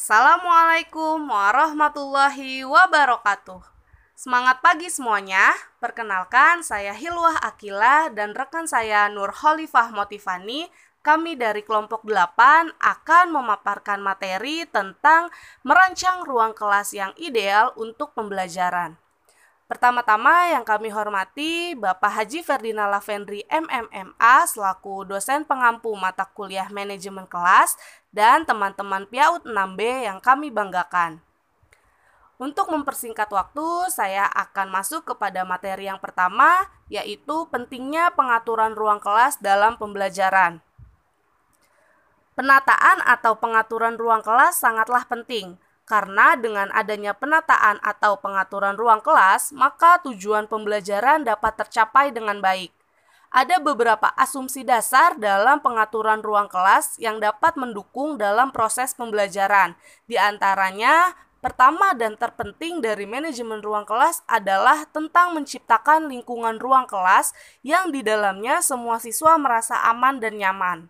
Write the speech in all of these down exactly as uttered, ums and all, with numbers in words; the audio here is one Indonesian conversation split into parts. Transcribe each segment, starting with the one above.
Assalamualaikum warahmatullahi wabarakatuh. Semangat pagi semuanya. Perkenalkan, saya Hilwah Akila dan rekan saya Nur Khalifah Motivani. Kami dari kelompok delapan akan memaparkan materi tentang merancang ruang kelas yang ideal untuk pembelajaran. Pertama-tama yang kami hormati Bapak Haji Ferdinand Lavendri M M M A selaku dosen pengampu mata kuliah manajemen kelas dan teman-teman PIAUD enam B yang kami banggakan. Untuk mempersingkat waktu, saya akan masuk kepada materi yang pertama, yaitu pentingnya pengaturan ruang kelas dalam pembelajaran. Penataan atau pengaturan ruang kelas sangatlah penting. Karena dengan adanya penataan atau pengaturan ruang kelas, maka tujuan pembelajaran dapat tercapai dengan baik. Ada beberapa asumsi dasar dalam pengaturan ruang kelas yang dapat mendukung dalam proses pembelajaran. Di antaranya, pertama dan terpenting dari manajemen ruang kelas adalah tentang menciptakan lingkungan ruang kelas yang di dalamnya semua siswa merasa aman dan nyaman.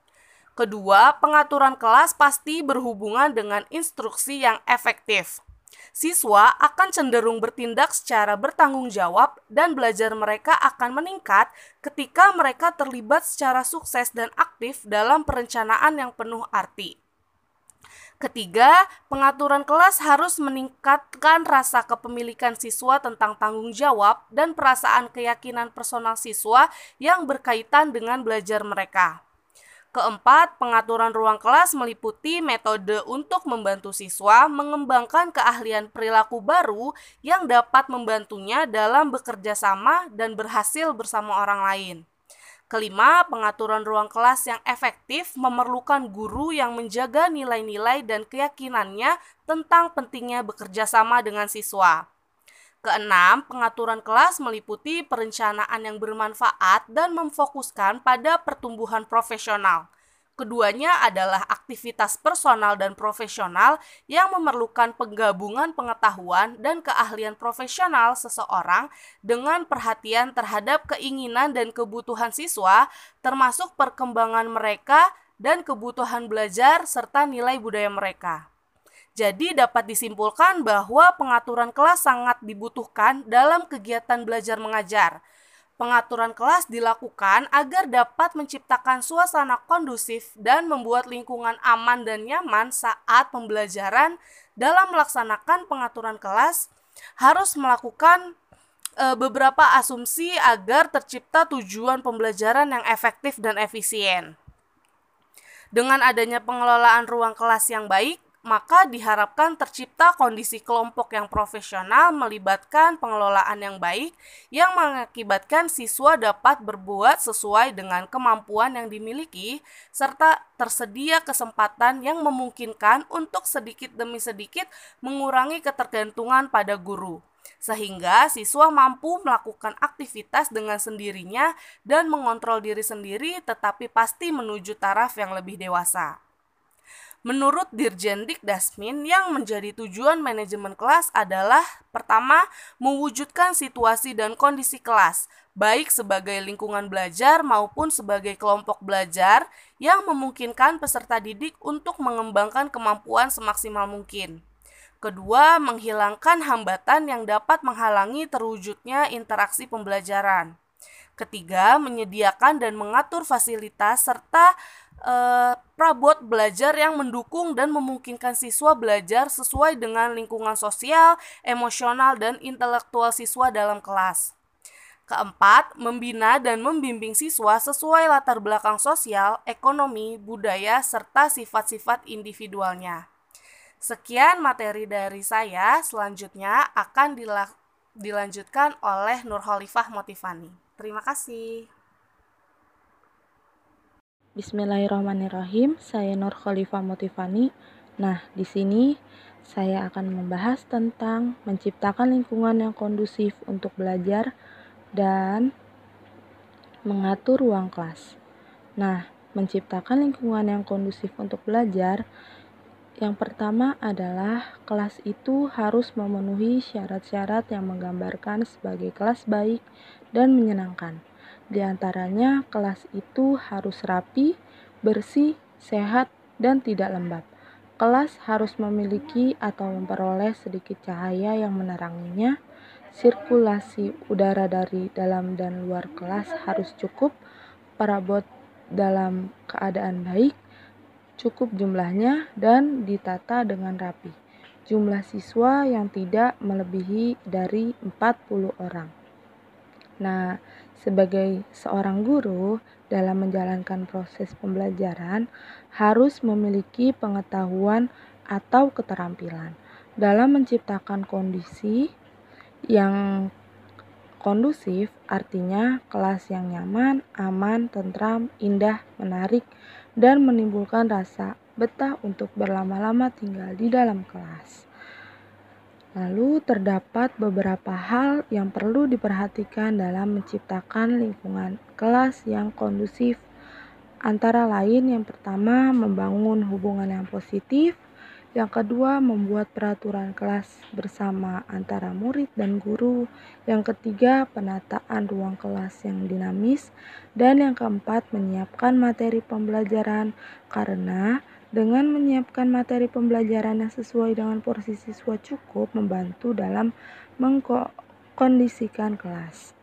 Kedua, pengaturan kelas pasti berhubungan dengan instruksi yang efektif. Siswa akan cenderung bertindak secara bertanggung jawab dan belajar mereka akan meningkat ketika mereka terlibat secara sukses dan aktif dalam perencanaan yang penuh arti. Ketiga, pengaturan kelas harus meningkatkan rasa kepemilikan siswa tentang tanggung jawab dan perasaan keyakinan personal siswa yang berkaitan dengan belajar mereka. Keempat, pengaturan ruang kelas meliputi metode untuk membantu siswa mengembangkan keahlian perilaku baru yang dapat membantunya dalam bekerja sama dan berhasil bersama orang lain. Kelima, pengaturan ruang kelas yang efektif memerlukan guru yang menjaga nilai-nilai dan keyakinannya tentang pentingnya bekerja sama dengan siswa. Keenam, pengaturan kelas meliputi perencanaan yang bermanfaat dan memfokuskan pada pertumbuhan profesional. Keduanya adalah aktivitas personal dan profesional yang memerlukan penggabungan pengetahuan dan keahlian profesional seseorang dengan perhatian terhadap keinginan dan kebutuhan siswa, termasuk perkembangan mereka dan kebutuhan belajar serta nilai budaya mereka. Jadi dapat disimpulkan bahwa pengaturan kelas sangat dibutuhkan dalam kegiatan belajar mengajar. Pengaturan kelas dilakukan agar dapat menciptakan suasana kondusif dan membuat lingkungan aman dan nyaman saat pembelajaran. Dalam melaksanakan pengaturan kelas, harus melakukan e, beberapa asumsi agar tercipta tujuan pembelajaran yang efektif dan efisien. Dengan adanya pengelolaan ruang kelas yang baik, maka diharapkan tercipta kondisi kelompok yang profesional melibatkan pengelolaan yang baik yang mengakibatkan siswa dapat berbuat sesuai dengan kemampuan yang dimiliki serta tersedia kesempatan yang memungkinkan untuk sedikit demi sedikit mengurangi ketergantungan pada guru, sehingga siswa mampu melakukan aktivitas dengan sendirinya dan mengontrol diri sendiri tetapi pasti menuju taraf yang lebih dewasa. Menurut Dirjen Dikdasmin, yang menjadi tujuan manajemen kelas adalah pertama, mewujudkan situasi dan kondisi kelas, baik sebagai lingkungan belajar maupun sebagai kelompok belajar yang memungkinkan peserta didik untuk mengembangkan kemampuan semaksimal mungkin. Kedua, menghilangkan hambatan yang dapat menghalangi terwujudnya interaksi pembelajaran. Ketiga, menyediakan dan mengatur fasilitas serta eh, perabot belajar yang mendukung dan memungkinkan siswa belajar sesuai dengan lingkungan sosial, emosional, dan intelektual siswa dalam kelas. Keempat, membina dan membimbing siswa sesuai latar belakang sosial, ekonomi, budaya, serta sifat-sifat individualnya. Sekian materi dari saya, selanjutnya akan dila- dilanjutkan oleh Nur Khalifah Motivani. Terima kasih. Bismillahirrahmanirrahim. Saya Nur Khalifah Motivani. Nah, di sini saya akan membahas tentang menciptakan lingkungan yang kondusif untuk belajar dan mengatur ruang kelas. Nah, menciptakan lingkungan yang kondusif untuk belajar, yang pertama adalah kelas itu harus memenuhi syarat-syarat yang menggambarkan sebagai kelas baik dan menyenangkan. Di antaranya, kelas itu harus rapi, bersih, sehat, dan tidak lembab. kelas harus memiliki atau memperoleh sedikit cahaya yang meneranginya. Sirkulasi udara dari dalam dan luar kelas harus cukup. Perabot dalam keadaan baik, cukup jumlahnya, dan ditata dengan rapi. Jumlah siswa yang tidak melebihi dari empat puluh orang. Nah, sebagai seorang guru, dalam menjalankan proses pembelajaran harus memiliki pengetahuan atau keterampilan dalam menciptakan kondisi yang kondusif, artinya kelas yang nyaman, aman, tentram, indah, menarik, dan menimbulkan rasa betah untuk berlama-lama tinggal di dalam kelas. Lalu terdapat beberapa hal yang perlu diperhatikan dalam menciptakan lingkungan kelas yang kondusif. Antara lain, yang pertama, membangun hubungan yang positif. Yang kedua, membuat peraturan kelas bersama antara murid dan guru. Yang ketiga, penataan ruang kelas yang dinamis. Dan yang keempat, menyiapkan materi pembelajaran. Karena dengan menyiapkan materi pembelajaran yang sesuai dengan porsi siswa cukup membantu dalam mengkondisikan kelas.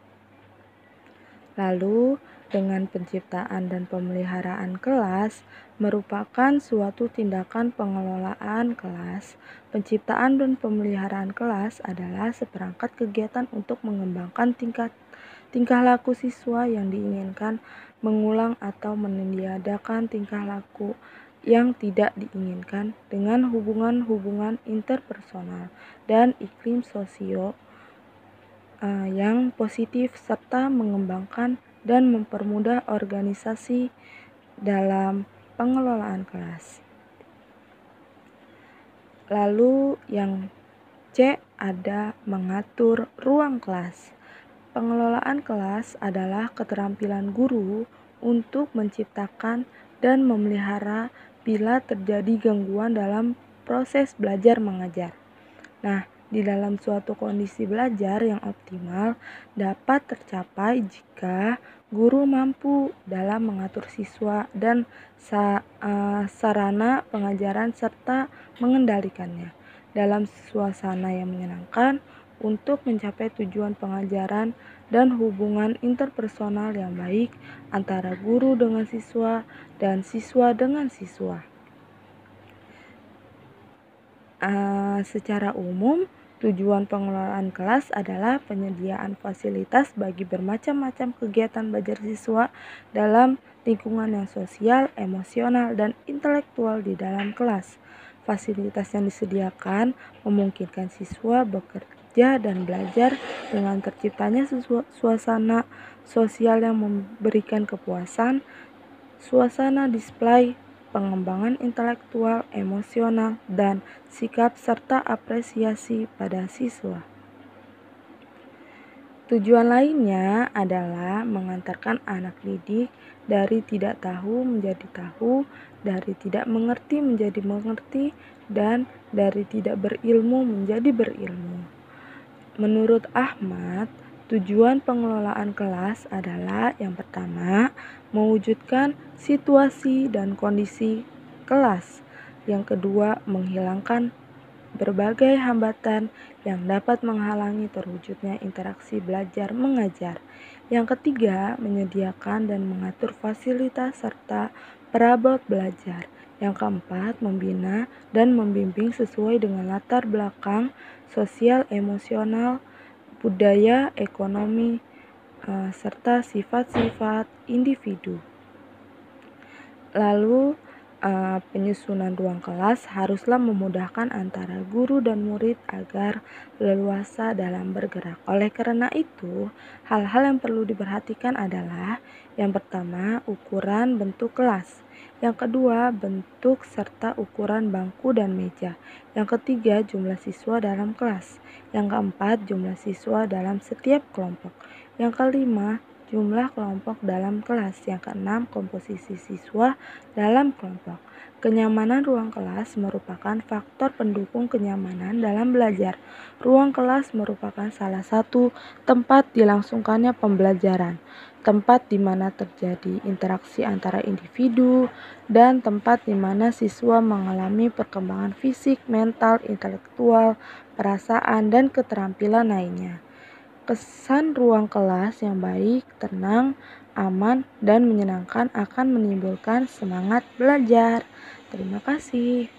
Lalu, dengan penciptaan dan pemeliharaan kelas merupakan suatu tindakan pengelolaan kelas. Penciptaan dan pemeliharaan kelas adalah seperangkat kegiatan untuk mengembangkan tingkat tingkah laku siswa yang diinginkan, mengulang atau meniadakan tingkah laku yang tidak diinginkan dengan hubungan-hubungan interpersonal dan iklim sosio uh, yang positif serta mengembangkan dan mempermudah organisasi dalam pengelolaan kelas. Lalu yang C ada mengatur ruang kelas. Pengelolaan kelas adalah keterampilan guru untuk menciptakan dan memelihara bila terjadi gangguan dalam proses belajar mengajar. Nah, di dalam suatu kondisi belajar yang optimal dapat tercapai jika guru mampu dalam mengatur siswa dan sa, uh, sarana pengajaran serta mengendalikannya dalam suasana yang menyenangkan untuk mencapai tujuan pengajaran dan hubungan interpersonal yang baik antara guru dengan siswa dan siswa dengan siswa. Uh, secara umum, tujuan pengelolaan kelas adalah penyediaan fasilitas bagi bermacam-macam kegiatan belajar siswa dalam lingkungan yang sosial, emosional, dan intelektual di dalam kelas. Fasilitas yang disediakan memungkinkan siswa bekerja dan belajar dengan terciptanya suasana sosial yang memberikan kepuasan, suasana display, pengembangan intelektual, emosional, dan sikap serta apresiasi pada siswa. Tujuan lainnya adalah mengantarkan anak didik dari tidak tahu menjadi tahu, dari tidak mengerti menjadi mengerti, dan dari tidak berilmu menjadi berilmu. Menurut Ahmad, tujuan pengelolaan kelas adalah yang pertama, mewujudkan situasi dan kondisi kelas. Yang kedua, menghilangkan berbagai hambatan yang dapat menghalangi terwujudnya interaksi belajar mengajar. Yang ketiga, menyediakan dan mengatur fasilitas serta perabot belajar. Yang keempat, membina dan membimbing sesuai dengan latar belakang sosial, emosional, budaya, ekonomi, uh, serta sifat-sifat individu. Lalu, uh, penyusunan ruang kelas haruslah memudahkan antara guru dan murid agar leluasa dalam bergerak. Oleh karena itu, hal-hal yang perlu diperhatikan adalah yang pertama, ukuran bentuk kelas. Yang kedua, bentuk serta ukuran bangku dan meja. Yang ketiga, jumlah siswa dalam kelas. Yang keempat, jumlah siswa dalam setiap kelompok. Yang kelima, jumlah kelompok dalam kelas. Yang keenam, komposisi siswa dalam kelompok. Kenyamanan ruang kelas merupakan faktor pendukung kenyamanan dalam belajar. Ruang kelas merupakan salah satu tempat dilangsungkannya pembelajaran. tempat di mana terjadi interaksi antara individu, dan tempat di mana siswa mengalami perkembangan fisik, mental, intelektual, perasaan, dan keterampilan lainnya. Kesan ruang kelas yang baik, tenang, aman, dan menyenangkan akan menimbulkan semangat belajar. Terima kasih.